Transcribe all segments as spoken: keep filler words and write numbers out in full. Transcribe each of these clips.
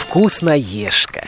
Вкусноежка.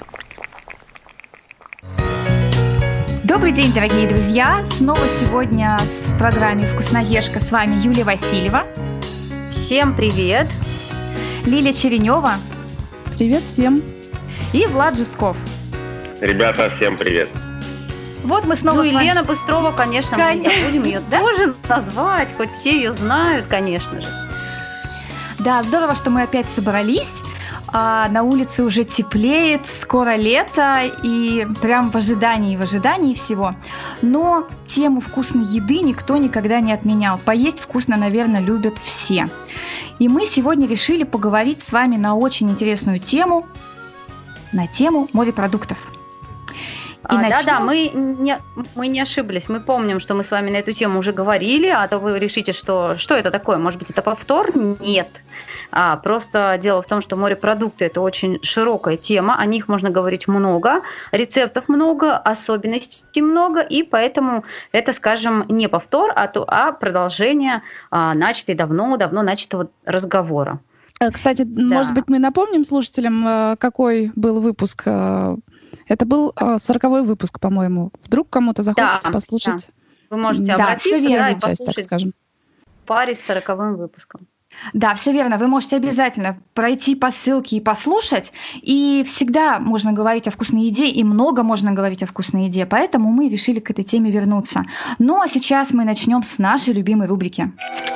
Добрый день, дорогие друзья! Снова сегодня в программе «Вкусноежка» с вами Юлия Васильева. Всем привет! Лилия Черенева. Привет всем! И Влад Жестков. Ребята, всем привет! Вот мы снова... Ну и Лена Быстрова, конечно, конечно. мы не забудем ее тоже назвать, хоть все ее знают, конечно же. Да, здорово, что мы опять собрались. А на улице уже теплеет, скоро лето, и прям в ожидании, в ожидании всего. Но тему вкусной еды никто никогда не отменял. Поесть вкусно, наверное, любят все. И мы сегодня решили поговорить с вами на очень интересную тему, на тему морепродуктов. А, начнем... Да-да, мы не, мы не ошиблись. Мы помним, что мы с вами на эту тему уже говорили, а то вы решите, что, что это такое? Может быть, это повтор? Нет. А, просто дело в том, что морепродукты – это очень широкая тема, о них можно говорить много, рецептов много, особенностей много, и поэтому это, скажем, не повтор, а, то, а продолжение а, начатой давно-давно начатого разговора. Кстати, да. Может быть, мы напомним слушателям, какой был выпуск. Это был сороковой выпуск, по-моему. Вдруг кому-то захочется да, послушать. Да. Вы можете да, обратиться да, и часть, послушать так скажем. В паре с сороковым выпуском. Да, все верно. Вы можете обязательно пройти по ссылке и послушать. И всегда можно говорить о вкусной еде, и много можно говорить о вкусной еде. Поэтому мы решили к этой теме вернуться. Ну а сейчас мы начнем с нашей любимой рубрики.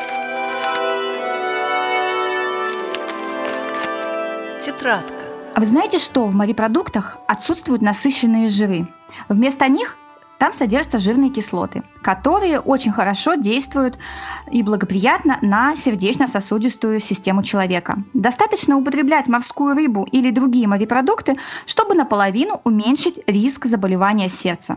Тетрадка. А вы знаете, что в морепродуктах отсутствуют насыщенные жиры? Вместо них там содержатся жирные кислоты, которые очень хорошо действуют и благоприятно на сердечно-сосудистую систему человека. Достаточно употреблять морскую рыбу или другие морепродукты, чтобы наполовину уменьшить риск заболевания сердца.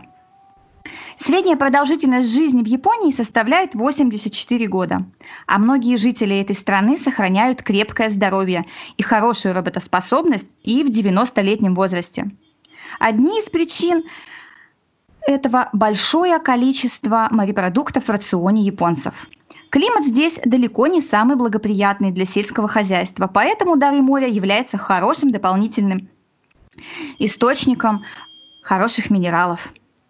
Средняя продолжительность жизни в Японии составляет восемьдесят четыре года, а многие жители этой страны сохраняют крепкое здоровье и хорошую работоспособность и в девяностолетнем возрасте. Одни из причин этого – большое количество морепродуктов в рационе японцев. Климат здесь далеко не самый благоприятный для сельского хозяйства, поэтому дары моря являются хорошим дополнительным источником хороших минералов.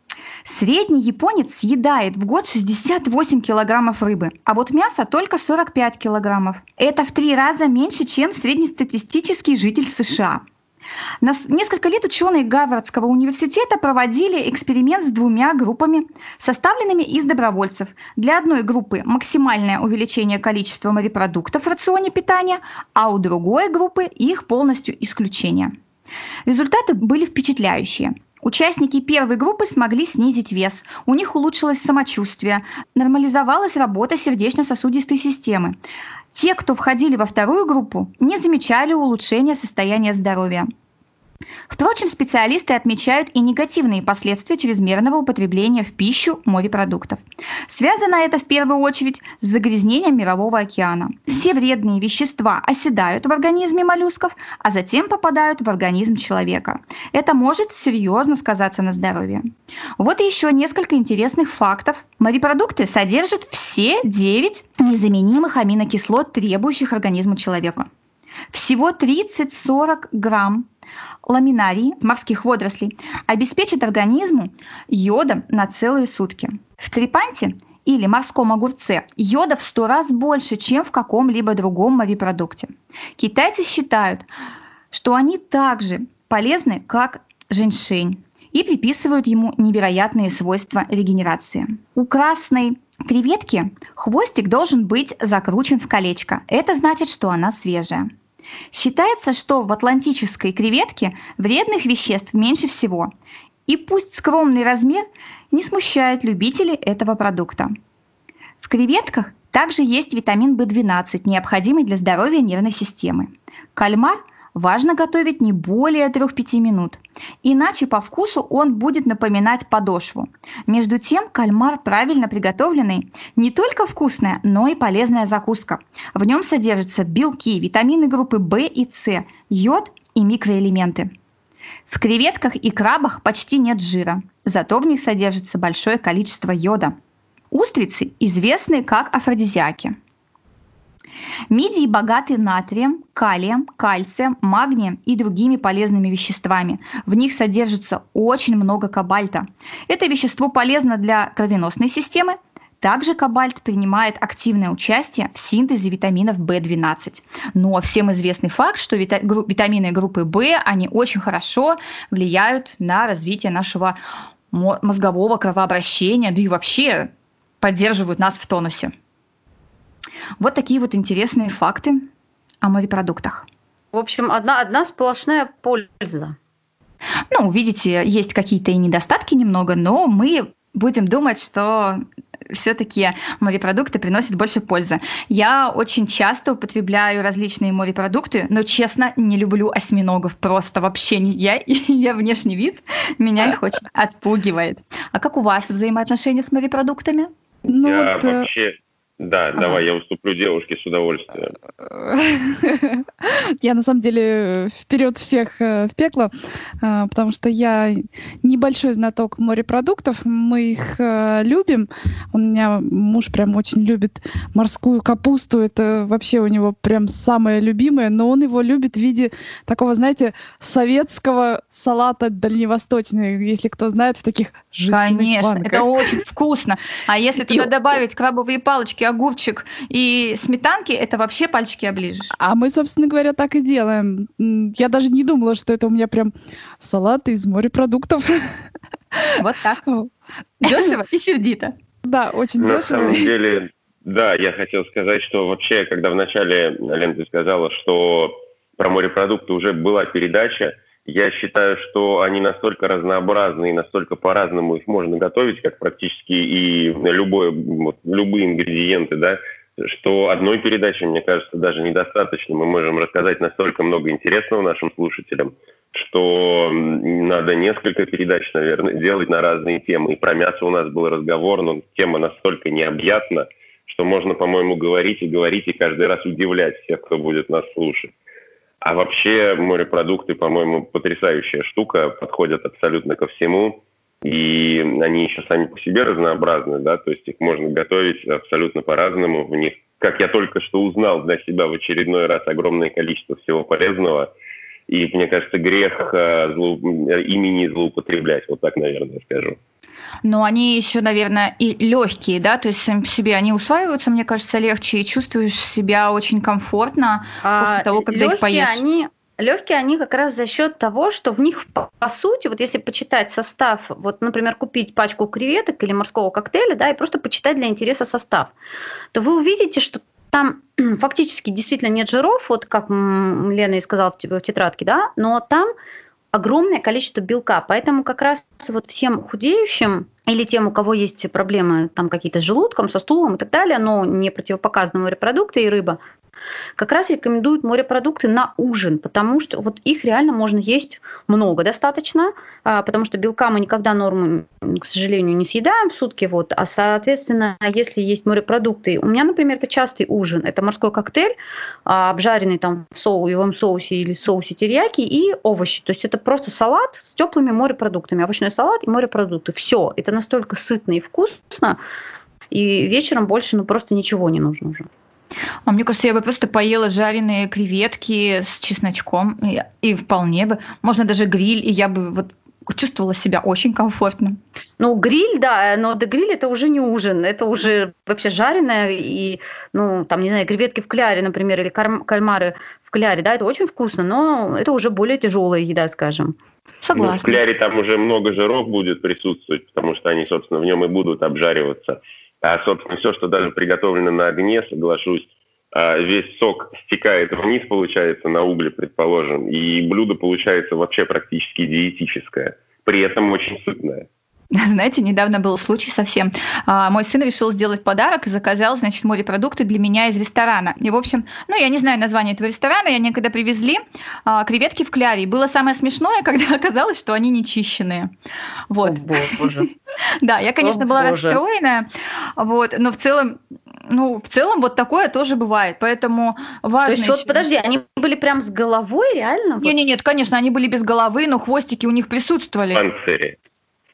Средний японец съедает в год шестьдесят восемь килограммов рыбы, а вот мяса только сорок пять килограммов. Это в три раза меньше, чем среднестатистический житель США. На несколько лет ученые Гарвардского университета проводили эксперимент с двумя группами, составленными из добровольцев. Для одной группы максимальное увеличение количества морепродуктов в рационе питания, а у другой группы их полностью исключение. Результаты были впечатляющие. Участники первой группы смогли снизить вес, у них улучшилось самочувствие, нормализовалась работа сердечно-сосудистой системы. Те, кто входили во вторую группу, не замечали улучшения состояния здоровья. Впрочем, специалисты отмечают и негативные последствия чрезмерного употребления в пищу морепродуктов. Связано это в первую очередь с загрязнением Мирового океана. Все вредные вещества оседают в организме моллюсков, а затем попадают в организм человека. Это может серьезно сказаться на здоровье. Вот и еще несколько интересных фактов. Морепродукты содержат все девять незаменимых аминокислот, требующих организму человека. Всего тридцать-сорок грамм ламинарий, морских водорослей, обеспечит организму йодом на целые сутки. В трепанте или морском огурце йода в сто раз больше, чем в каком-либо другом морепродукте. Китайцы считают, что они также полезны, как женьшень, и приписывают ему невероятные свойства регенерации. У красной креветки хвостик должен быть закручен в колечко. Это значит, что она свежая. Считается, что в атлантической креветке вредных веществ меньше всего. И пусть скромный размер не смущает любителей этого продукта. В креветках также есть витамин бэ двенадцать, необходимый для здоровья нервной системы. Кальмар важно готовить не более трех-пяти минут, иначе по вкусу он будет напоминать подошву. Между тем, кальмар, правильно приготовленный, не только вкусная, но и полезная закуска. В нем содержатся белки, витамины группы В и С, йод и микроэлементы. В креветках и крабах почти нет жира, зато в них содержится большое количество йода. Устрицы известны как афродизиаки. Мидии богаты натрием, калием, кальцием, магнием и другими полезными веществами. В них содержится очень много кобальта. Это вещество полезно для кровеносной системы. Также кобальт принимает активное участие в синтезе витаминов бэ двенадцать. Но всем известный факт, что витамины группы В, они очень хорошо влияют на развитие нашего мозгового кровообращения, да и вообще поддерживают нас в тонусе. Вот такие вот интересные факты о морепродуктах. В общем, одна, одна сплошная польза. Ну, видите, есть какие-то и недостатки немного, но мы будем думать, что все-таки морепродукты приносят больше пользы. Я очень часто употребляю различные морепродукты, но, честно, не люблю осьминогов. Просто вообще не я. Я внешний вид, меня их очень отпугивает. А как у вас взаимоотношения с морепродуктами? Ну, я вот, вообще... Да, ага. Давай, я уступлю девушке с удовольствием. Я, на самом деле, вперед всех в пекло, потому что я небольшой знаток морепродуктов, мы их любим. У меня муж прям очень любит морскую капусту, это вообще у него прям самое любимое, но он его любит в виде такого, знаете, советского салата дальневосточного, если кто знает, в таких жестяных Конечно, банках. Это очень вкусно. А если туда добавить крабовые палочки, огурчик и сметанки, это вообще пальчики оближешь. А мы, собственно говоря, так и делаем. Я даже не думала, что это у меня прям салат из морепродуктов. Вот так. Дешево и сердито. Да, очень На дешево. На самом деле, да, я хотел сказать, что вообще, когда вначале Лена, ты сказала, что про морепродукты уже была передача, я считаю, что они настолько разнообразны и настолько по-разному их можно готовить, как практически и любое, вот, любые ингредиенты, да, что одной передачи, мне кажется, даже недостаточно. Мы можем рассказать настолько много интересного нашим слушателям, что надо несколько передач, наверное, делать на разные темы. И про мясо у нас был разговор, но тема настолько необъятна, что можно, по-моему, говорить и говорить, и каждый раз удивлять всех, кто будет нас слушать. А вообще морепродукты, по-моему, потрясающая штука, подходят абсолютно ко всему, и они еще сами по себе разнообразны, да, то есть их можно готовить абсолютно по-разному, в них, как я только что узнал для себя в очередной раз, огромное количество всего полезного, и, мне кажется, грех зло... ими не злоупотреблять, вот так, наверное, скажу. Но они еще, наверное, и легкие, да, то есть сами по себе они усваиваются, мне кажется, легче, и чувствуешь себя очень комфортно а, после того, когда их поешь. Они, легкие они как раз за счет того, что в них, по, по сути, вот если почитать состав, вот, например, купить пачку креветок или морского коктейля, да, и просто почитать для интереса состав, то вы увидите, что там фактически действительно нет жиров, вот как Лена и сказала в тетрадке, да, но там огромное количество белка, поэтому как раз вот всем худеющим или тем, у кого есть проблемы там какие-то с желудком, со стулом и так далее, но не противопоказаны морепродукты и рыба, как раз рекомендуют морепродукты на ужин, потому что вот их реально можно есть много достаточно, потому что белка мы никогда норму, к сожалению, не съедаем в сутки, вот, а соответственно, если есть морепродукты, у меня, например, это частый ужин, это морской коктейль, обжаренный там в соевом соусе или соусе терияки и овощи, то есть это просто салат с теплыми морепродуктами, овощной салат и морепродукты, все, это настолько сытно и вкусно, и вечером больше ну просто ничего не нужно уже. А мне кажется, я бы просто поела жареные креветки с чесночком, и, и вполне бы. Можно даже гриль, и я бы вот чувствовала себя очень комфортно. Ну, гриль, да, но да, гриль это уже не ужин, это уже вообще жареное, и, ну, там, не знаю, креветки в кляре, например, или кальмары в кляре, да, это очень вкусно, но это уже более тяжелая еда, скажем. Согласна. Ну, в кляре там уже много жиров будет присутствовать, потому что они, собственно, в нем и будут обжариваться. А, собственно, все, что даже приготовлено на огне, соглашусь, весь сок стекает вниз, получается, на угле, предположим, и блюдо получается вообще практически диетическое, при этом очень сытное. Знаете, недавно был случай совсем. Мой сын решил сделать подарок и заказал, значит, морепродукты для меня из ресторана. И, в общем, ну, я не знаю название этого ресторана, и они когда привезли креветки в кляре. И было самое смешное, когда оказалось, что они не чищенные. Вот. О, боже. Да, я, конечно, была расстроена, вот, но в целом, ну, в целом вот такое тоже бывает, поэтому важно... То есть, вот, подожди, они были прям с головой, реально? Нет, нет, нет, конечно, они были без головы, но хвостики у них присутствовали. Панцири.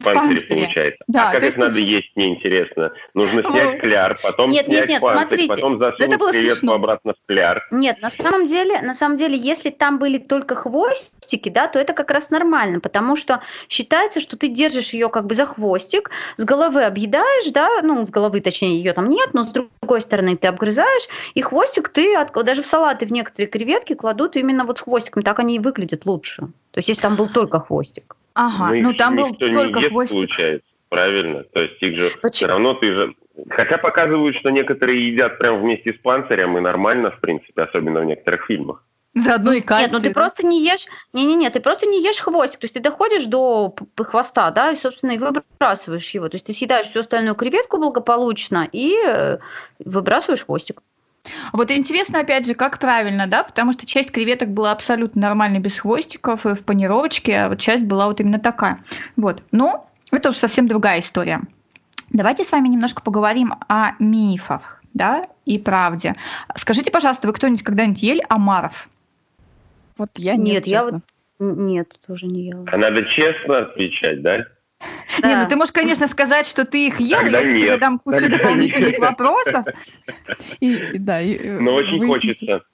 в панцире, получается. Да, а как их надо есть, неинтересно. Нужно снять кляр, потом нет, снять нет, нет, панцирь, смотрите. потом засунуть креветку смешно. обратно в кляр. Нет, на самом деле, на самом деле, если там были только хвостики, да, то это как раз нормально, потому что считается, что ты держишь ее как бы за хвостик, с головы объедаешь, да, ну, с головы, точнее, ее там нет, но с другой стороны ты обгрызаешь, и хвостик ты, даже в салаты в некоторые креветки кладут именно вот с хвостиком, так они и выглядят лучше. То есть если там был только хвостик. Ага, ну, ну там был только не ест, хвостик. Получается, правильно? То есть их же Почему? Все равно ты же... Хотя показывают, что некоторые едят прямо вместе с панцирем, и нормально, в принципе, особенно в некоторых фильмах. Заодно и кальций. Нет, ну ты просто не ешь... Не-не-не, ты просто не ешь хвостик. То есть ты доходишь до хвоста, да, и, собственно, и выбрасываешь его. То есть ты съедаешь всю остальную креветку благополучно и выбрасываешь хвостик. Вот интересно, опять же, как правильно, да, потому что часть креветок была абсолютно нормальной, без хвостиков, и в панировочке, а вот часть была вот именно такая. Вот, но это уже совсем другая история. Давайте с вами немножко поговорим о мифах, да, и правде. Скажите, пожалуйста, вы кто-нибудь когда-нибудь ели омаров? Вот я нет, нет я вот нет, тоже не ела. А надо честно отвечать, да? Да. Не, ну ты можешь, конечно, сказать, что ты их ел, Тогда я тебе нет. задам кучу Тогда дополнительных нет. вопросов. И, и, да, и, Но очень выясните. хочется.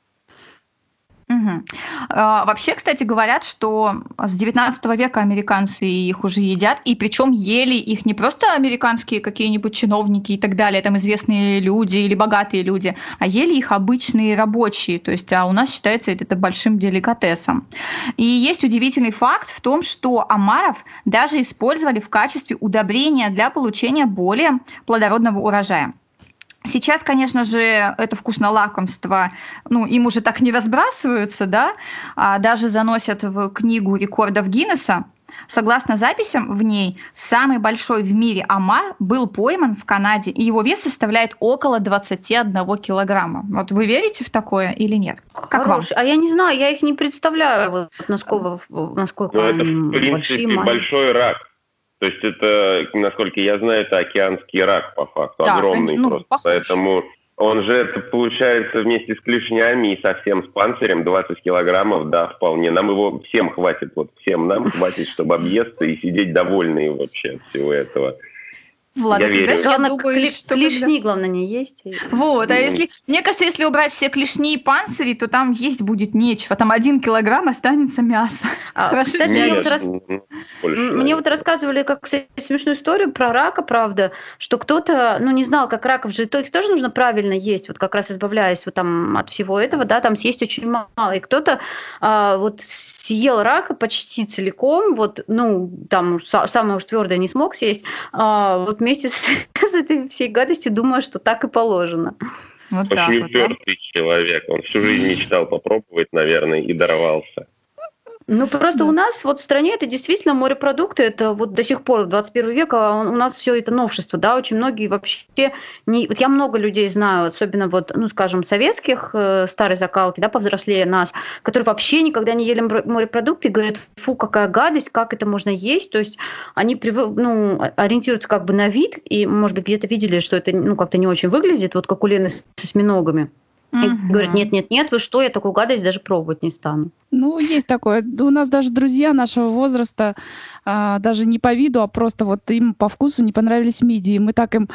Угу. А, вообще, кстати, говорят, что с девятнадцатого века американцы их уже едят, и причем ели их не просто американские какие-нибудь чиновники и так далее, там известные люди или богатые люди, а ели их обычные рабочие, то есть а у нас считается это большим деликатесом. И есть удивительный факт в том, что омаров даже использовали в качестве удобрения для получения более плодородного урожая. Сейчас, конечно же, это вкусное лакомство, ну, им уже так не разбрасываются, да, а даже заносят в книгу рекордов Гиннесса. Согласно записям в ней, самый большой в мире омар был пойман в Канаде, и его вес составляет около двадцать один килограмма. Вот вы верите в такое или нет? Как Хорош. вам? А я не знаю, я их не представляю, вот, насколько, насколько Ну, это, они в принципе, большие, большой рак. То есть это, насколько я знаю, это океанский рак, по факту, Да, огромный ну, просто. похож. Поэтому он же, это получается, вместе с клешнями и совсем с панцирем двадцать килограммов, да, вполне. Нам его всем хватит, вот всем нам хватит, чтобы объесться и сидеть довольные вообще от всего этого. Влад, Я ты верю. знаешь, я Главное, думаю, кле- что клешни, когда- главное, не есть. Вот, а Ну. если, мне кажется, если убрать все клешни и панцири, то там есть будет нечего. Там один килограмм останется мяса. А, Хорошо, кстати, я мне Нет, вот раз- м, больше, Мне наверное. вот рассказывали как кстати, смешную историю про рака, правда, что кто-то, ну, не знал, как раков же, то их тоже нужно правильно есть, вот как раз избавляясь вот там от всего этого, да, там съесть очень мало. И кто-то а, вот съел рака почти целиком, вот, ну, там са- самое уж твердое не смог съесть, а, вот вместе с, с этой всей гадостью, думаю, что так и положено. Вот так Очень вот, да? упертый человек. Он всю жизнь мечтал попробовать, наверное, и дорвался. Ну, просто Да. у нас вот в стране это действительно морепродукты, это вот до сих пор, в двадцать первый век, а у нас все это новшество, да, очень многие вообще не... Вот я много людей знаю, особенно вот, ну, скажем, советских, э, старой закалки, да, повзрослее нас, которые вообще никогда не ели мор- морепродукты и говорят, фу, какая гадость, как это можно есть, то есть они привы- ну, ориентируются как бы на вид, и, может быть, где-то видели, что это, ну, как-то не очень выглядит, вот как у Лены с осьминогами. И Мгм. говорят, нет-нет-нет, вы что, я такую гадость даже пробовать не стану. Ну, есть такое. У нас даже друзья нашего возраста, а, даже не по виду, а просто вот им по вкусу не понравились мидии. Мы так им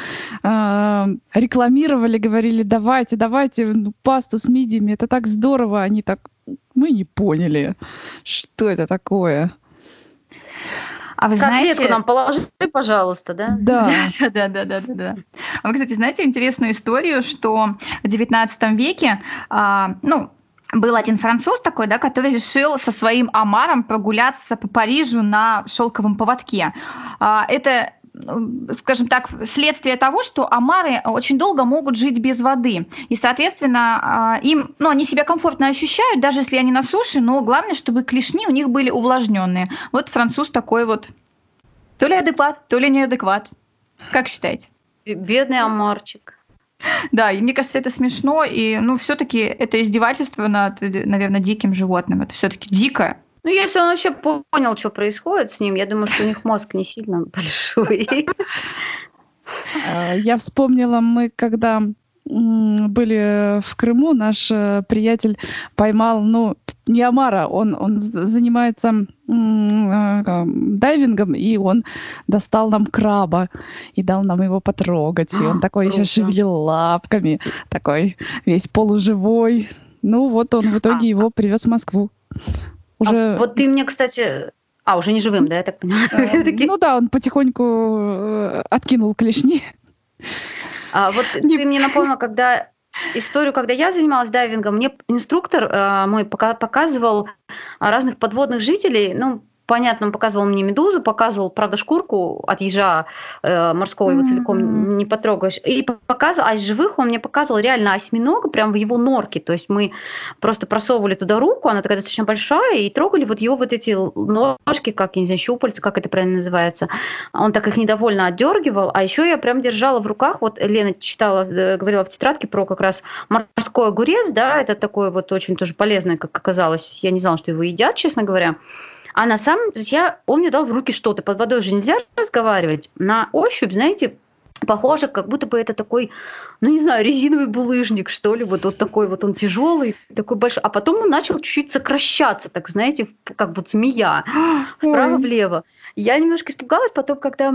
а, рекламировали, говорили, давайте, давайте ну, пасту с мидиями, это так здорово. Они так, мы не поняли, что это такое. А вы Котлетку знаете... нам положи, пожалуйста, да? Да, Да, да, да, да, да. А вы, кстати, знаете интересную историю, что в девятнадцатом веке, а, ну, был один француз такой, да, который решил со своим омаром прогуляться по Парижу на шелковом поводке. А, это, ну, скажем так, следствие того, что омары очень долго могут жить без воды. И, соответственно, а, им, ну, они себя комфортно ощущают, даже если они на суше, но главное, чтобы клешни у них были увлажненные. Вот француз такой вот то ли адекват, то ли неадекват. Как считаете? Б- Бедный омарчик. Да, и мне кажется, это смешно, и, ну, все-таки это издевательство над, наверное, диким животным. Это все-таки дико. Ну, если он вообще понял, что происходит с ним, я думаю, что у них мозг не сильно большой. А, я вспомнила, мы когда были в Крыму, наш приятель поймал, ну, не омара, он, он занимается дайвингом, и он достал нам краба и дал нам его потрогать. И он такой еще шевелил лапками, такой весь полуживой. Ну вот он в итоге а, его привез в Москву. Уже... А вот ты мне, кстати... А, уже не живым, да, я так понимаю? Ну да, он потихоньку откинул клешни. А вот не... ты мне напомнила, когда историю, когда я занималась дайвингом, мне инструктор э, мой пока- показывал разных подводных жителей, ну, понятно, он показывал мне медузу, показывал, правда, шкурку от ежа э, морского, его целиком не потрогаешь, и показывал, а из живых он мне показывал реально осьминога прямо в его норке, то есть мы просто просовывали туда руку, она такая достаточно большая, и трогали вот его вот эти ножки, как, я не знаю, щупальца, как это правильно называется, он так их недовольно отдергивал, а еще я прям держала в руках, вот Лена читала, говорила в тетрадке про как раз морской огурец, да, это такое вот очень тоже полезное, как оказалось, я не знала, что его едят, честно говоря. А на самом деле, я, он мне дал в руки что-то. Под водой же нельзя разговаривать. На ощупь, знаете, похоже, как будто бы это такой, ну не знаю, резиновый булыжник, что ли. Вот, вот такой вот он тяжелый, такой большой. А потом он начал чуть-чуть сокращаться, так знаете, как вот змея, вправо-влево. Я немножко испугалась, потом, когда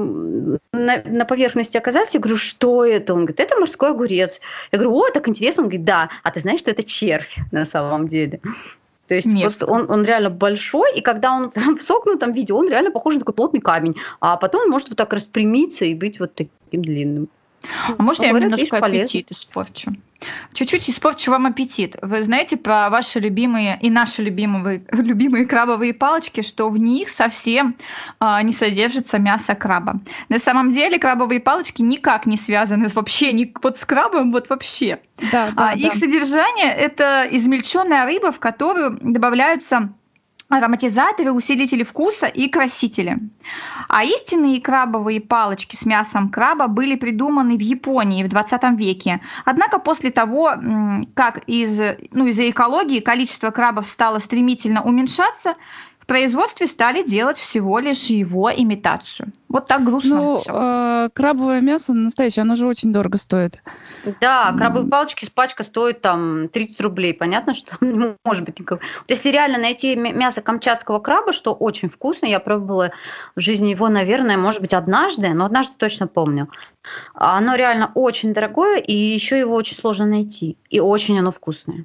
мы на, на поверхности оказались, я говорю, что это? Он говорит, это морской огурец. Я говорю, о, так интересно. Он говорит, да. А ты знаешь, что это червь на самом деле? То есть просто он, он реально большой, и когда он в согнутом виде, он реально похож на такой плотный камень. А потом он может вот так распрямиться и быть вот таким длинным. А можно я говорят, немножко аппетит испорчу? Чуть-чуть испорчу вам аппетит. Вы знаете про ваши любимые и наши любимые, любимые крабовые палочки, что в них совсем а, не содержится мясо краба. На самом деле крабовые палочки никак не связаны вообще ни, вот с крабом, вот вообще. Да, да, а, да. Их содержание – это измельченная рыба, в которую добавляются ароматизаторы, усилители вкуса и красители. А истинные крабовые палочки с мясом краба были придуманы в Японии в двадцатом веке. Однако после того, как из, ну, из-за экологии количество крабов стало стремительно уменьшаться, в производстве стали делать всего лишь его имитацию. Вот так грустно. Ну, э, крабовое мясо настоящее, оно же очень дорого стоит. Да, крабовые палочки с пачка стоит там тридцать рублей. Понятно, что не может быть никакого. Вот если реально найти мясо камчатского краба, что очень вкусно, я пробовала в жизни его, наверное, может быть, однажды, но однажды точно помню. Оно реально очень дорогое, и еще его очень сложно найти. И очень оно вкусное.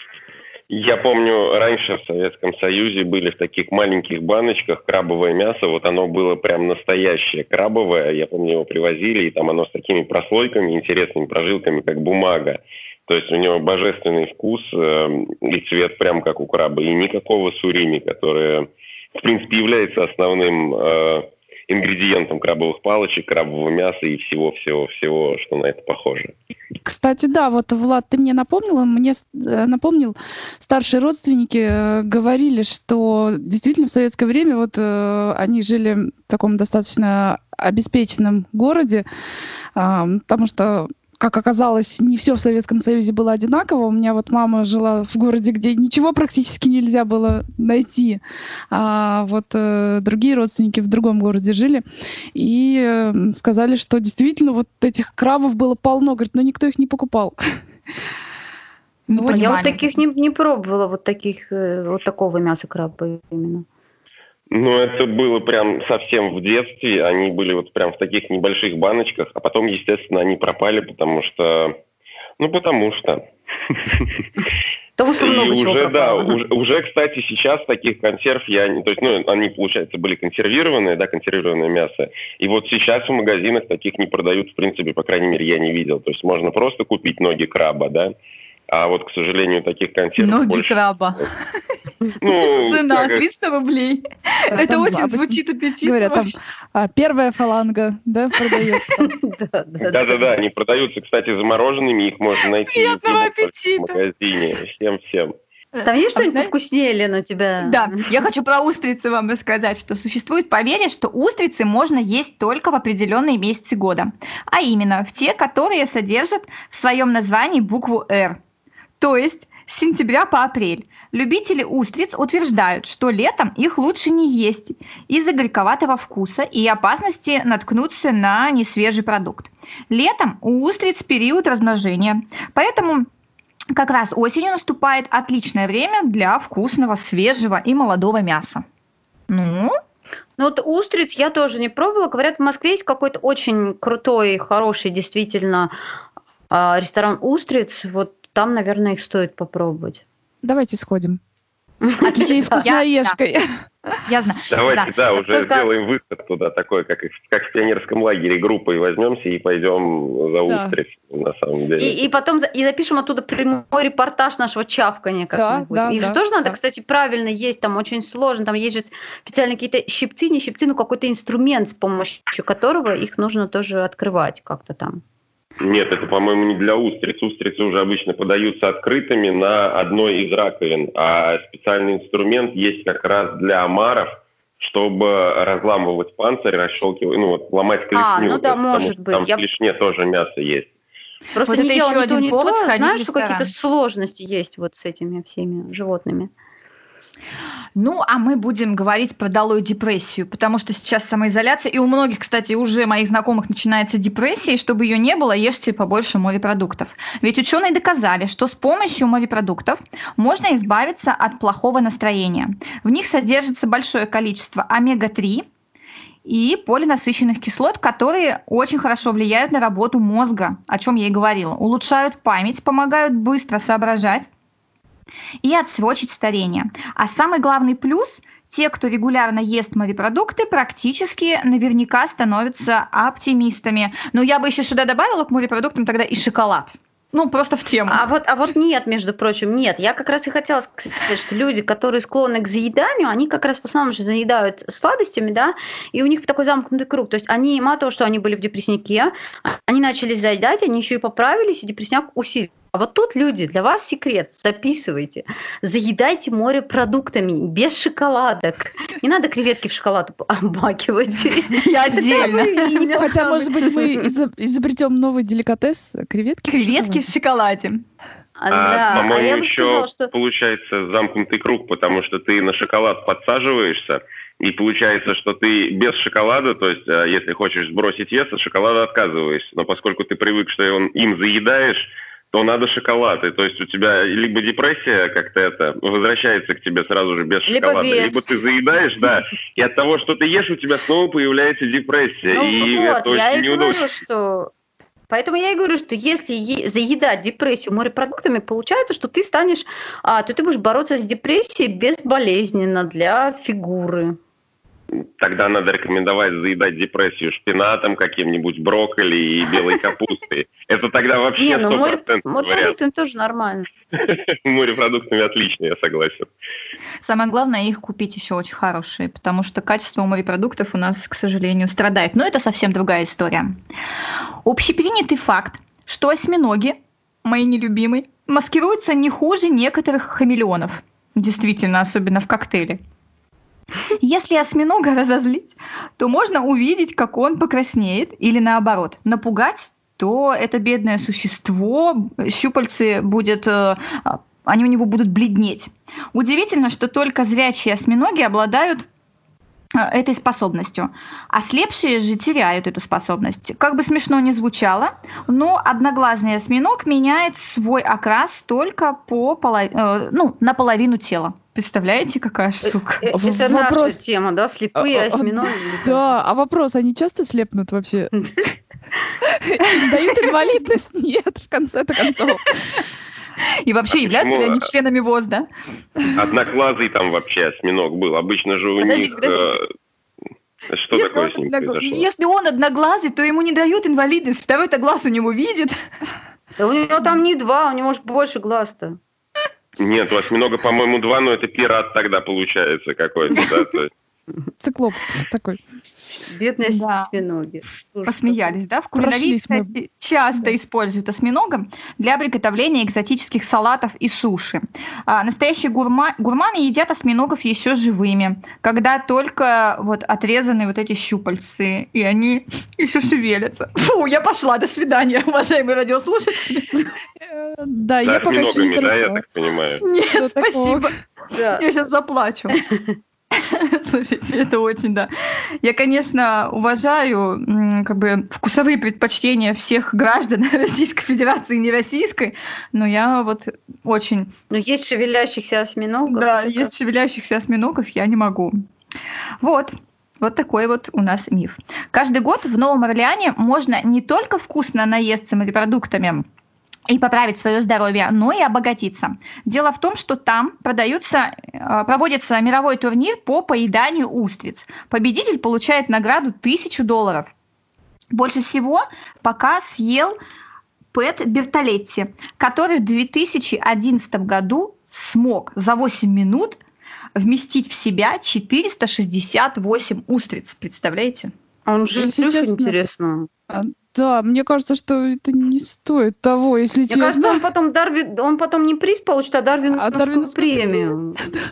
Я помню, раньше в Советском Союзе были в таких маленьких баночках крабовое мясо, вот оно было прям настоящее крабовое, я помню, его привозили, и там оно с такими прослойками, интересными прожилками, как бумага. То есть у него божественный вкус э, и цвет прям как у краба, и никакого сурими, которое, в принципе, является основным э, ингредиентом крабовых палочек, крабового мяса и всего-всего-всего, что на это похоже. Кстати, да, вот, Влад, ты мне напомнил, мне напомнил, старшие родственники говорили, что действительно в советское время вот э, они жили в таком достаточно обеспеченном городе, э, потому что, как оказалось, не все в Советском Союзе было одинаково. У меня вот мама жила в городе, где ничего практически нельзя было найти. А вот э, другие родственники в другом городе жили. И э, сказали, что действительно вот этих крабов было полно. Говорит, но никто их не покупал. Ну, вот я вот таких не, не пробовала, вот таких, вот такого мяса краба именно. Ну, это было прям совсем в детстве. Они были вот прям в таких небольших баночках, а потом, естественно, они пропали, потому что... Ну, потому что... Потому что много чего уже, пропало. Да, уже, уже, кстати, сейчас таких консерв я не... То есть, ну, они, получается, были консервированные, да, консервированное мясо. И вот сейчас в магазинах таких не продают, в принципе, по крайней мере, я не видел. То есть можно просто купить ноги краба, да. А вот, к сожалению, таких консервов Ноги больше... краба. Ну, цена триста рублей. Это очень звучит аппетитно. Говорят, там первая фаланга, да, продается. Да-да-да, они продаются, кстати, замороженными, их можно найти в магазине. Всем-всем. Там есть что-нибудь вкуснее, Лена, у тебя? Да, я хочу про устрицы вам рассказать, что существует поверье, что устрицы можно есть только в определенные месяцы года, а именно в те, которые содержат в своем названии букву «Р». То есть с сентября по апрель. Любители устриц утверждают, что летом их лучше не есть из-за горьковатого вкуса и опасности наткнуться на несвежий продукт. Летом у устриц период размножения, поэтому как раз осенью наступает отличное время для вкусного, свежего и молодого мяса. Ну... Ну вот устриц я тоже не пробовала. Говорят, в Москве есть какой-то очень крутой, хороший действительно ресторан устриц. Вот там, наверное, их стоит попробовать. Давайте сходим. Отлично. Вкусноежкой. Я знаю. Давайте, да, уже Только... сделаем выход туда такой, как, как в пионерском лагере, группой возьмемся и пойдем за да. устриц, на самом деле. И, и потом и запишем оттуда прямой репортаж нашего чавкания как-нибудь. Да, да, Их да, же тоже да. надо, кстати, правильно есть, там очень сложно, там есть же специально какие-то щипцы, не щипцы, но какой-то инструмент, с помощью которого их нужно тоже открывать как-то там. Нет, это, по-моему, не для устриц. Устрицы уже обычно подаются открытыми на одной из раковин, а специальный инструмент есть как раз для омаров, чтобы разламывать панцирь, расщелкивать, ну вот ломать клешню. А, ну да, потому может что быть. там Я... в клешне тоже мясо есть. Просто вот не это делала еще ни то, один ни повод то. сходить Знаешь, в что ресторан. какие-то сложности есть вот с этими всеми животными? Ну, а мы будем говорить про долой депрессию, потому что сейчас самоизоляция, и у многих, кстати, уже моих знакомых начинается депрессия, и чтобы ее не было, ешьте побольше морепродуктов. Ведь ученые доказали, что с помощью морепродуктов можно избавиться от плохого настроения. В них содержится большое количество омега три и полинасыщенных кислот, которые очень хорошо влияют на работу мозга, о чем я и говорила, улучшают память, помогают быстро соображать и отсрочить старение. А самый главный плюс – те, кто регулярно ест морепродукты, практически наверняка становятся оптимистами. Но я бы еще сюда добавила к морепродуктам тогда и шоколад. Ну, просто в тему. А вот, а вот нет, между прочим, нет. Я как раз и хотела сказать, что люди, которые склонны к заеданию, они как раз в основном же заедают сладостями, да, и у них такой замкнутый круг. То есть они, мало того, что они были в депрессняке, они начали заедать, они еще и поправились, и депрессняк усилился. А вот тут, люди, для вас секрет, записывайте. Заедайте морепродуктами, без шоколадок. Не надо креветки в шоколад обмакивать. Я отдельно. Хотя, может быть, мы изобретем новый деликатес – креветки. Креветки в шоколаде. А, да. по-моему, а я бы еще сказала, что... получается замкнутый круг, потому что ты на шоколад подсаживаешься, и получается, что ты без шоколада, то есть если хочешь сбросить вес, от шоколада отказываешься. Но поскольку ты привык, что он, им заедаешь, то надо шоколад. И то есть у тебя либо депрессия как-то это возвращается к тебе сразу же без либо шоколада, вес. либо ты заедаешь, да, и от того, что ты ешь, у тебя снова появляется депрессия. Ну и вот, это я очень и неудобно. говорю, что... Поэтому я и говорю, что если е- заедать депрессию морепродуктами, получается, что ты станешь, а, то ты будешь бороться с депрессией безболезненно для фигуры. Тогда надо рекомендовать заедать депрессию шпинатом каким-нибудь, брокколи и белой капустой. Это тогда вообще Не, ну сто море, процентов вариант. морепродуктами тоже нормально. Морепродуктами отлично, я согласен. Самое главное, их купить еще очень хорошие, потому что качество морепродуктов у нас, к сожалению, страдает. Но это совсем другая история. Общепринятый факт, что осьминоги, мои нелюбимые, маскируются не хуже некоторых хамелеонов. Действительно, особенно в коктейле. Если осьминога разозлить, то можно увидеть, как он покраснеет, или наоборот, напугать, то это бедное существо, щупальцы будет, они у него будут бледнеть. Удивительно, что только зрячие осьминоги обладают этой способностью. Ослепшие же теряют эту способность. Как бы смешно ни звучало, но одноглазый осьминог меняет свой окрас только по полов... ну, наполовину тела. Представляете, какая штука? Это Вопрос... наша тема, да? Слепые осьминоги. Да, а вопрос, они часто слепнут вообще? Дают инвалидность? Нет, в конце-то концов. И вообще, а являются почему? ли они членами ВОЗ, да? Одноглазый там вообще осьминог был. Обычно же у Подождите, них... подождите. Э, что если такое он с ним одногла... произошло? Если он одноглазый, то ему не дают инвалидность. Второй-то глаз у него видит. Да у него там не два, у него может больше глаз-то. Нет, у осьминога, по-моему, два, но это пират тогда получается какой-то, да? То есть... Циклоп такой. Бедные Да. осьминоги. Посмеялись, да? В кулинарии, Прошлись мы. кстати, часто Да. используют осьминога для приготовления экзотических салатов и суши. А, настоящие гурма... гурманы едят осьминогов еще живыми, когда только вот отрезаны вот эти щупальцы, и они еще шевелятся. Фу, я пошла, до свидания, уважаемые радиослушатели. Да, я пока еще не доросла. Да, я так понимаю. Нет, спасибо. Я сейчас заплачу. Слушайте, это очень, да. Я, конечно, уважаю как бы вкусовые предпочтения всех граждан Российской Федерации и нероссийской, но я вот очень... Но есть шевелящихся осьминогов. Да, есть как... шевелящихся осьминогов, я не могу. Вот. Вот такой вот у нас миф. Каждый год в Новом Орлеане можно не только вкусно наесться морепродуктами и поправить свое здоровье, но и обогатиться. Дело в том, что там продаются, проводится мировой турнир по поеданию устриц. Победитель получает награду тысячу долларов. Больше всего пока съел Пэт Бертолетти, который в две тысячи одиннадцатом году смог за восемь минут вместить в себя четыреста шестьдесят восемь устриц. Представляете? А он же сейчас интересно. Да, мне кажется, что это не стоит того, если мне честно. Мне кажется, он потом, Дарвин, он потом не приз получит, а Дарвиновскую а Дарвин премию.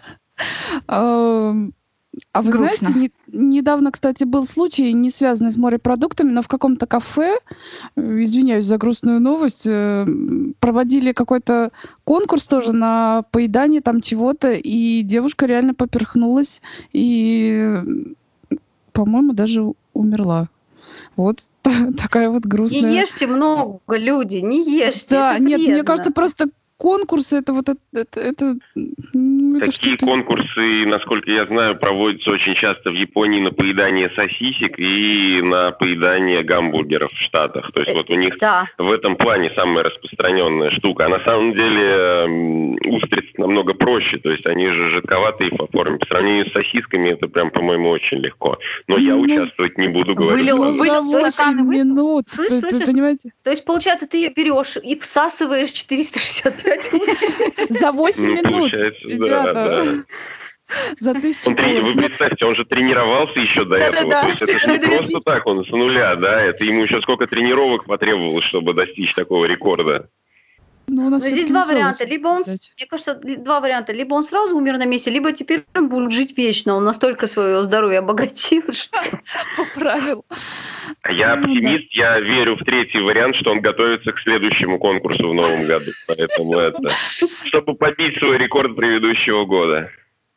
А вы Грустно. знаете, не, недавно, кстати, был случай, не связанный с морепродуктами, но в каком-то кафе, извиняюсь за грустную новость, проводили какой-то конкурс тоже на поедание там чего-то, и девушка реально поперхнулась и, по-моему, даже умерла. Вот такая вот грустная... Не ешьте много, люди, не ешьте. Да, нет, вредно. Мне кажется, просто... Конкурсы, это вот это... это, это Такие конкурсы, насколько я знаю, проводятся очень часто в Японии на поедание сосисек и на поедание гамбургеров в Штатах. То есть вот у них да. в этом плане самая распространенная штука. А на самом деле устриц намного проще. То есть они же жидковатые по форме. По сравнению с сосисками это прям, по-моему, очень легко. Но я участвовать не буду, говорить. Вылил, вылил восемь минут. Слышь, слышь, слышь. То есть, получается, ты ее берешь и всасываешь четыреста шестьдесят пять за восемь ну, минут. Да, да. За тысячу он, Вы представьте, он же тренировался еще до да, этого. Да, То есть это же не просто так, он с нуля, да. Это ему еще сколько тренировок потребовалось, чтобы достичь такого рекорда. Ну, у нас здесь два варианта. Либо он, мне кажется, два варианта. Либо он сразу умер на месте, либо теперь он будет жить вечно. Он настолько свое здоровье обогатил, что поправил. Я оптимист, я верю в третий вариант, что он готовится к следующему конкурсу в новом году. Поэтому это... Чтобы побить свой рекорд предыдущего года.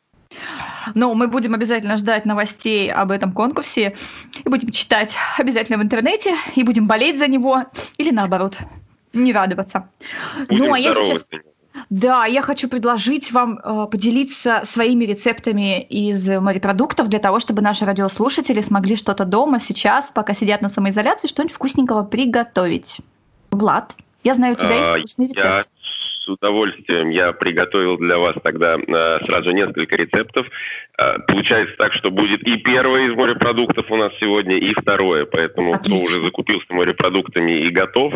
Ну, мы будем обязательно ждать новостей об этом конкурсе. И будем читать обязательно в интернете. И будем болеть за него. Или наоборот. Не радоваться. Будем ну, а я сейчас... Да, я хочу предложить вам э, поделиться своими рецептами из морепродуктов для того, чтобы наши радиослушатели смогли что-то дома сейчас, пока сидят на самоизоляции, что-нибудь вкусненького приготовить. Влад, я знаю, у тебя а, есть вкусный рецепт. Я с удовольствием. Я приготовил для вас тогда э, сразу несколько рецептов. Э, получается так, что будет и первое из морепродуктов у нас сегодня, и второе. Поэтому Отлично. Кто уже закупился морепродуктами и готов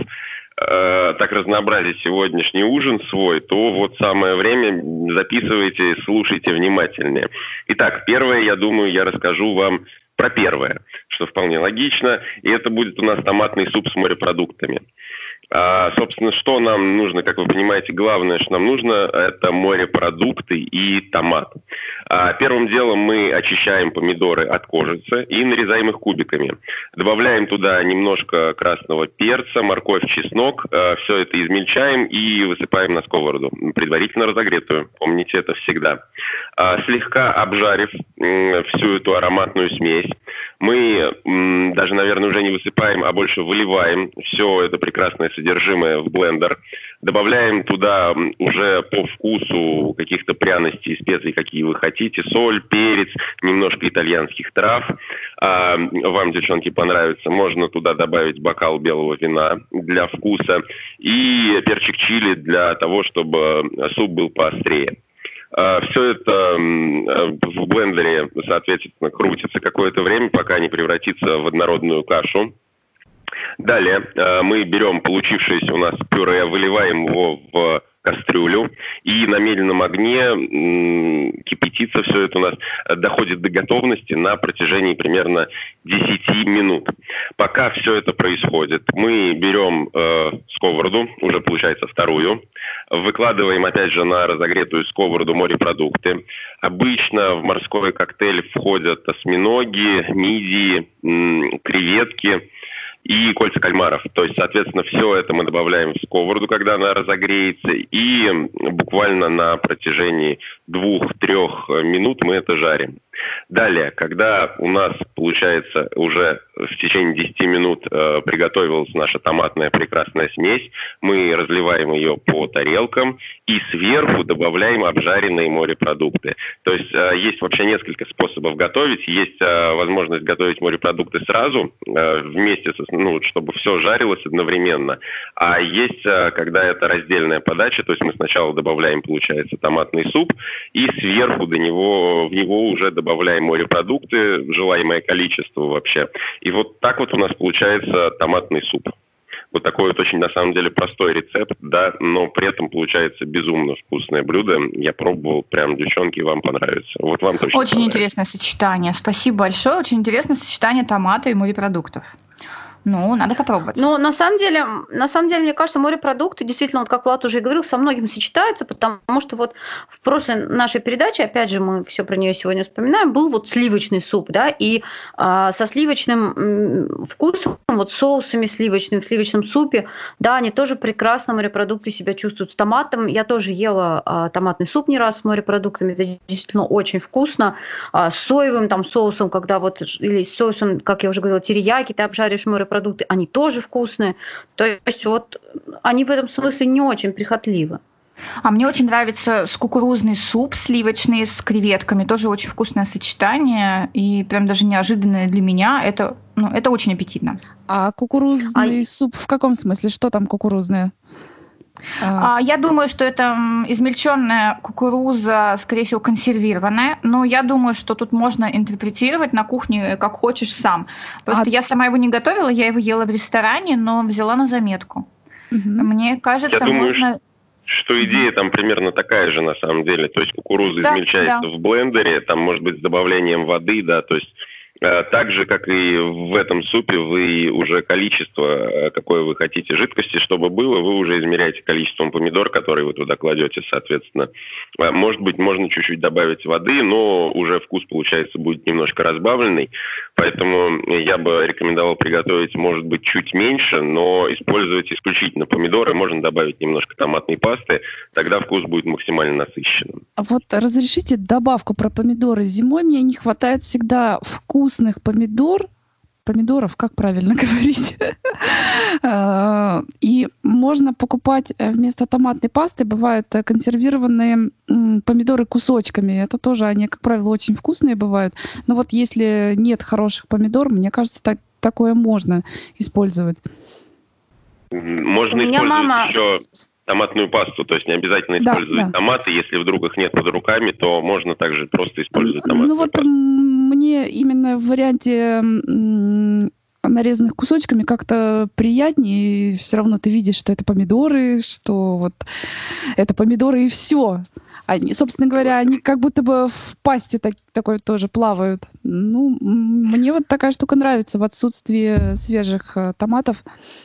так разнообразить сегодняшний ужин свой, то вот самое время записывайте, слушайте внимательнее. Итак, первое, я думаю, я расскажу вам про первое, что вполне логично, и это будет у нас томатный суп с морепродуктами. А, собственно, что нам нужно, как вы понимаете, главное, что нам нужно, это морепродукты и томат. А, первым делом мы очищаем помидоры от кожицы и нарезаем их кубиками. Добавляем туда немножко красного перца, морковь, чеснок. А, все это измельчаем и высыпаем на сковороду, предварительно разогретую. Помните это всегда. А, слегка обжарив м, всю эту ароматную смесь, мы м, даже, наверное, уже не высыпаем, а больше выливаем все это прекрасное содержимое в блендер. Добавляем туда уже по вкусу каких-то пряностей, специй, какие вы хотите. Соль, перец, немножко итальянских трав. А, вам, девчонки, понравится. Можно туда добавить бокал белого вина для вкуса. И перчик чили для того, чтобы суп был поострее. Все это в блендере, соответственно, крутится какое-то время, пока не превратится в однородную кашу. Далее мы берем получившееся у нас пюре, выливаем его в кастрюлю и на медленном огне кипятится все это у нас, доходит до готовности на протяжении примерно десять минут. Пока все это происходит, мы берем э, сковороду, уже получается вторую, выкладываем опять же на разогретую сковороду морепродукты. Обычно в морской коктейль входят осьминоги, мидии, м- креветки. и кольца кальмаров. То есть, соответственно, все это мы добавляем в сковороду, когда она разогреется, и буквально на протяжении двух-трех минут мы это жарим. Далее, когда у нас, получается, уже в течение десяти минут э, приготовилась наша томатная прекрасная смесь, мы разливаем ее по тарелкам и сверху добавляем обжаренные морепродукты. То есть э, есть вообще несколько способов готовить. Есть э, возможность готовить морепродукты сразу, э, вместе, со, ну, чтобы все жарилось одновременно. А есть, э, когда это раздельная подача, то есть мы сначала добавляем, получается, томатный суп, и сверху до него, в него уже добавляем добавляем морепродукты, желаемое количество вообще. И вот так вот у нас получается томатный суп. Вот такой вот очень, на самом деле, простой рецепт, да, но при этом получается безумно вкусное блюдо. Я пробовал, прям, девчонки, вам понравится. Вот вам точно Очень понравится. Интересное сочетание. Спасибо большое. Очень интересное сочетание томата и морепродуктов. Ну, надо попробовать. Ну, на самом деле, на самом деле, мне кажется, морепродукты действительно, вот как Влад уже и говорил, со многим сочетаются, потому что вот в прошлой нашей передаче, опять же, мы все про нее сегодня вспоминаем, был вот сливочный суп, да, и а, со сливочным м, вкусом, вот соусами сливочными, в сливочном супе, да, они тоже прекрасно, морепродукты себя чувствуют с томатом. Я тоже ела а, томатный суп не раз с морепродуктами, это действительно очень вкусно. А, с соевым там соусом, когда вот, или с соусом, как я уже говорила, терияки, ты обжаришь морепродукты, продукты, они тоже вкусные. То есть вот они в этом смысле не очень прихотливы. А мне очень нравится с кукурузный суп сливочный с креветками. Тоже очень вкусное сочетание и прям даже неожиданное для меня. Это, ну, это очень аппетитно. А кукурузный а... суп в каком смысле? Что там кукурузное? А... Я думаю, что это измельченная кукуруза, скорее всего, консервированная. Но я думаю, что тут можно интерпретировать на кухне как хочешь сам. Просто а... я сама его не готовила, я его ела в ресторане, но взяла на заметку. Угу. Мне кажется, я думаю, можно... что идея там примерно такая же на самом деле. То есть кукуруза да, измельчается да. в блендере, там может быть с добавлением воды, да, то есть так же, как и в этом супе, вы уже количество, какое вы хотите жидкости, чтобы было, вы уже измеряете количеством помидор, которые вы туда кладете, соответственно. Может быть, можно чуть-чуть добавить воды, но уже вкус, получается, будет немножко разбавленный. Поэтому я бы рекомендовал приготовить, может быть, чуть меньше, но использовать исключительно помидоры. Можно добавить немножко томатной пасты, тогда вкус будет максимально насыщенным. А вот разрешите добавку про помидоры. Зимой мне не хватает всегда вкуса вкусных помидор, помидоров, как правильно говорить, и можно покупать вместо томатной пасты, бывают консервированные помидоры кусочками, это тоже, они, как правило, очень вкусные бывают, но вот если нет хороших помидор, мне кажется, так, такое можно использовать. Можно использовать мама... еще... томатную пасту, то есть не обязательно использовать да, да. томаты, если вдруг их нет под руками, то можно также просто использовать томатную ну, вот пасту. Мне именно в варианте м- нарезанных кусочками как-то приятнее, и все равно ты видишь, что это помидоры, что вот это помидоры и все. Они, собственно говоря, они как будто бы в пасте так, такой тоже плавают. Ну, мне вот такая штука нравится в отсутствии свежих томатов.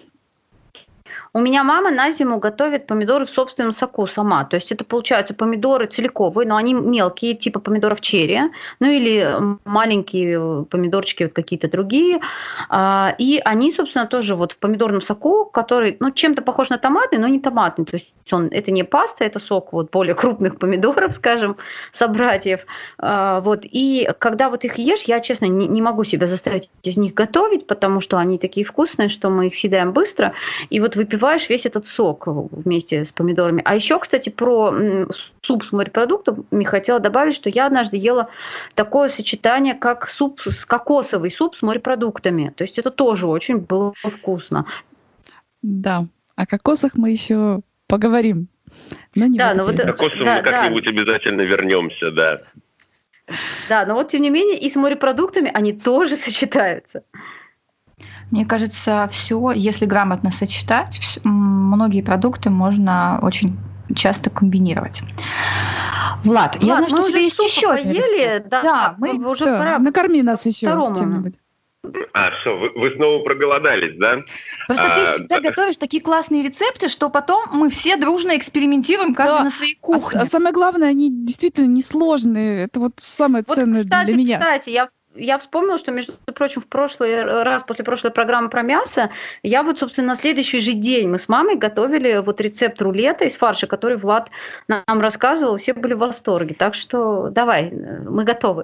У меня мама на зиму готовит помидоры в собственном соку сама. То есть это получаются помидоры целиковые, но они мелкие, типа помидоров черри, ну или маленькие помидорчики вот какие-то другие. И они, собственно, тоже вот в помидорном соку, который, ну, чем-то похож на томатный, но не томатный. То есть он, это не паста, это сок вот более крупных помидоров, скажем, собратьев. Вот. И когда вот их ешь, я, честно, не, не могу себя заставить из них готовить, потому что они такие вкусные, что мы их съедаем быстро. И вот выпиваем весь этот сок вместе с помидорами. А еще, кстати, про суп с морепродуктами хотела добавить, что я однажды ела такое сочетание, как суп с кокосовый суп с морепродуктами. То есть это тоже очень было вкусно. Да, о кокосах мы еще поговорим. Но не да, но вот, кокосом да, мы как-нибудь да. обязательно вернемся, да. Да, но вот тем не менее и с морепродуктами они тоже сочетаются. Мне кажется, все, если грамотно сочетать, многие продукты можно очень часто комбинировать. Влад, Влад я знаю, что у тебя есть еще поели, да, да, мы уже да, пора. Накорми нас еще чем-нибудь. А, что, вы, вы снова проголодались, да? Просто а, ты всегда да. готовишь такие классные рецепты, что потом мы все дружно экспериментируем, каждый да. на своей кухне. А, а самое главное, они действительно несложные. Это вот самое вот, ценное кстати, для меня. Кстати, я я вспомнила, что, между прочим, в прошлый раз, после прошлой программы про мясо, я вот, собственно, на следующий же день мы с мамой готовили вот рецепт рулета из фарша, который Влад нам рассказывал, все были в восторге. Так что давай, мы готовы.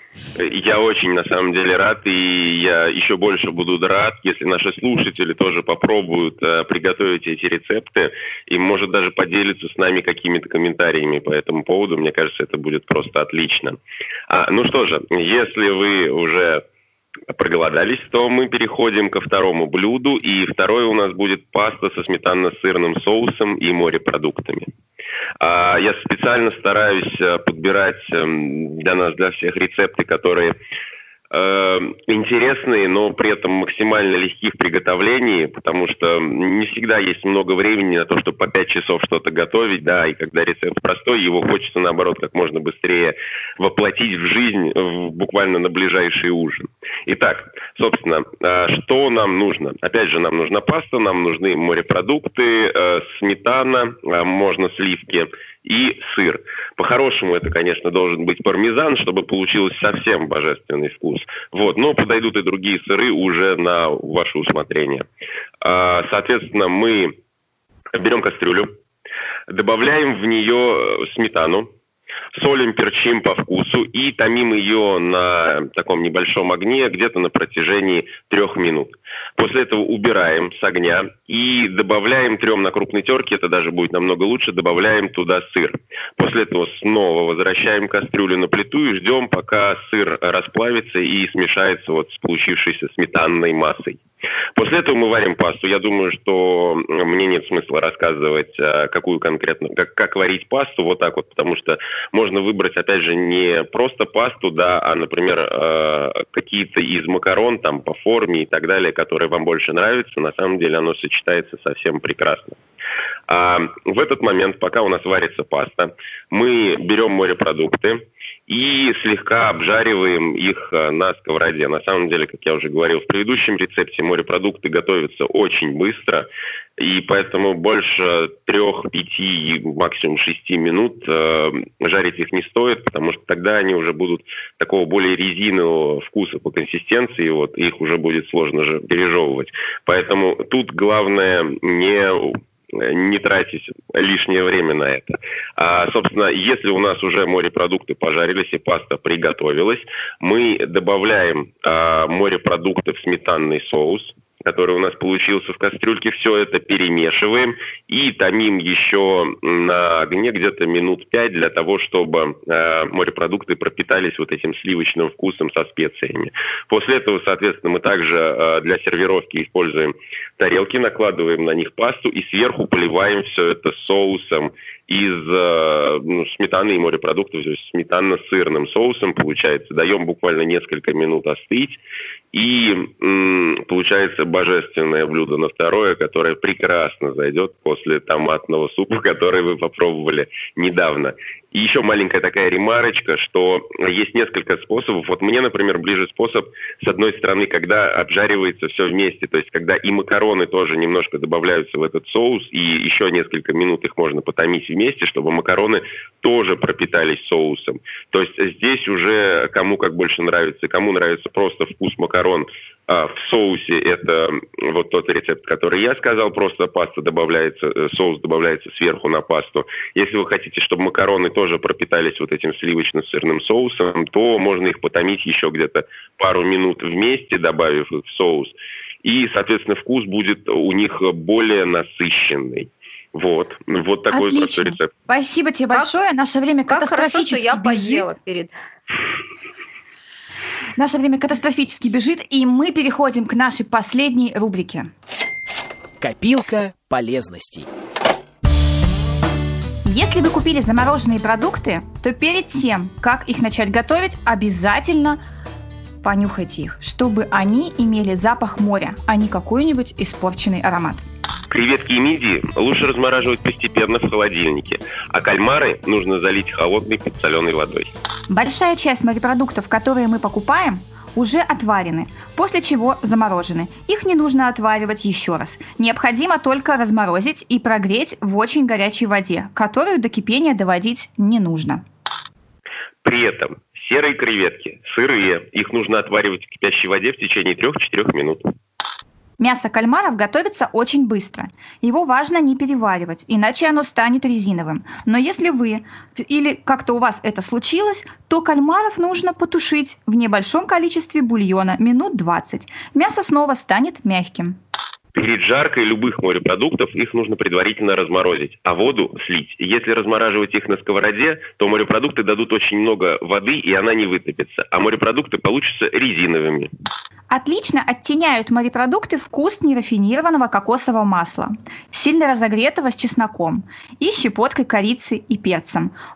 Я очень, на самом деле, рад, и я еще больше буду рад, если наши слушатели тоже попробуют э, приготовить эти рецепты и, может, даже поделиться с нами какими-то комментариями по этому поводу. Мне кажется, это будет просто отлично. А, ну что же, если вы уже проголодались, то мы переходим ко второму блюду, и второе у нас будет паста со сметанно-сырным соусом и морепродуктами. Я специально стараюсь подбирать для нас, для всех рецепты, которые э, интересные, но при этом максимально легки в приготовлении, потому что не всегда есть много времени на то, чтобы по пять часов что-то готовить, да, и когда рецепт простой, его хочется, наоборот, как можно быстрее воплотить в жизнь в, буквально на ближайший ужин. Итак, собственно, что нам нужно? Опять же, нам нужна паста, нам нужны морепродукты, сметана, можно сливки и сыр. По-хорошему, это, конечно, должен быть пармезан, чтобы получился совсем божественный вкус. Вот. Но подойдут и другие сыры уже на ваше усмотрение. Соответственно, мы берем кастрюлю, добавляем в нее сметану, солим, перчим по вкусу и томим ее на таком небольшом огне где-то на протяжении трех минут. После этого убираем с огня и добавляем, трем на крупной терке, это даже будет намного лучше, добавляем туда сыр. После этого снова возвращаем кастрюлю на плиту и ждем, пока сыр расплавится и смешается вот с получившейся сметанной массой. После этого мы варим пасту. Я думаю, что мне нет смысла рассказывать, какую конкретно, как, как варить пасту, вот так вот, потому что можно выбрать, опять же, не просто пасту, да, а, например, какие-то из макарон, там, по форме и так далее, которые вам больше нравятся. На самом деле оно сочетается совсем прекрасно. А в этот момент, пока у нас варится паста, мы берем морепродукты и слегка обжариваем их на сковороде. На самом деле, как я уже говорил в предыдущем рецепте, морепродукты готовятся очень быстро, и поэтому больше трех, пяти, максимум шести минут э, жарить их не стоит, потому что тогда они уже будут такого более резинового вкуса по консистенции, вот, их уже будет сложно же пережевывать. Поэтому тут главное не... не тратить лишнее время на это. А, собственно, если у нас уже морепродукты пожарились и паста приготовилась, мы добавляем а, морепродукты в сметанный соус, который у нас получился в кастрюльке, все это перемешиваем и томим еще на огне где-то минут пять для того, чтобы э, морепродукты пропитались вот этим сливочным вкусом со специями. После этого, соответственно, мы также э, для сервировки используем тарелки, накладываем на них пасту и сверху поливаем все это соусом из э, ну, сметаны и морепродуктов, то есть сметанно-сырным соусом получается. Даем буквально несколько минут остыть, и м, получается божественное блюдо на второе, которое прекрасно зайдет после томатного супа, который вы попробовали недавно. И еще маленькая такая ремарочка, что есть несколько способов. Вот мне, например, ближе способ, с одной стороны, когда обжаривается все вместе, то есть когда и макароны тоже немножко добавляются в этот соус, и еще несколько минут их можно потомить вместе, чтобы макароны тоже пропитались соусом. То есть здесь уже кому как больше нравится. Кому нравится просто вкус макарон а в соусе, это вот тот рецепт, который я сказал, просто паста добавляется, соус добавляется сверху на пасту. Если вы хотите, чтобы макароны тоже пропитались вот этим сливочно-сырным соусом, то можно их потомить еще где-то пару минут вместе, добавив их в соус. И, соответственно, вкус будет у них более насыщенный. Вот. Вот такой Отлично. Простой рецепт. Спасибо тебе большое. Как, Наше время как катастрофически хорошо, что я поела перед... Наше время катастрофически бежит, и мы переходим к нашей последней рубрике. Копилка полезностей. Если вы купили замороженные продукты, то перед тем, как их начать готовить, обязательно понюхайте их, чтобы они имели запах моря, а не какой-нибудь испорченный аромат. Креветки и мидии лучше размораживать постепенно в холодильнике, а кальмары нужно залить холодной подсоленой водой. Большая часть морепродуктов, которые мы покупаем, уже отварены, после чего заморожены. Их не нужно отваривать еще раз. Необходимо только разморозить и прогреть в очень горячей воде, которую до кипения доводить не нужно. При этом Серые креветки, сырые. Их нужно отваривать в кипящей воде в течение трех-четырех минут. Мясо кальмаров готовится очень быстро. Его важно не переваривать, иначе оно станет резиновым. Но если вы или как-то у вас это случилось, то кальмаров нужно потушить в небольшом количестве бульона минут двадцать. Мясо снова станет мягким. Перед жаркой любых морепродуктов их нужно предварительно разморозить, а воду слить. Если размораживать их на сковороде, то морепродукты дадут очень много воды, и она не вытопится, а морепродукты получатся резиновыми. Отлично оттеняют морепродукты вкус нерафинированного кокосового масла, сильно разогретого с чесноком и щепоткой корицы и перцем.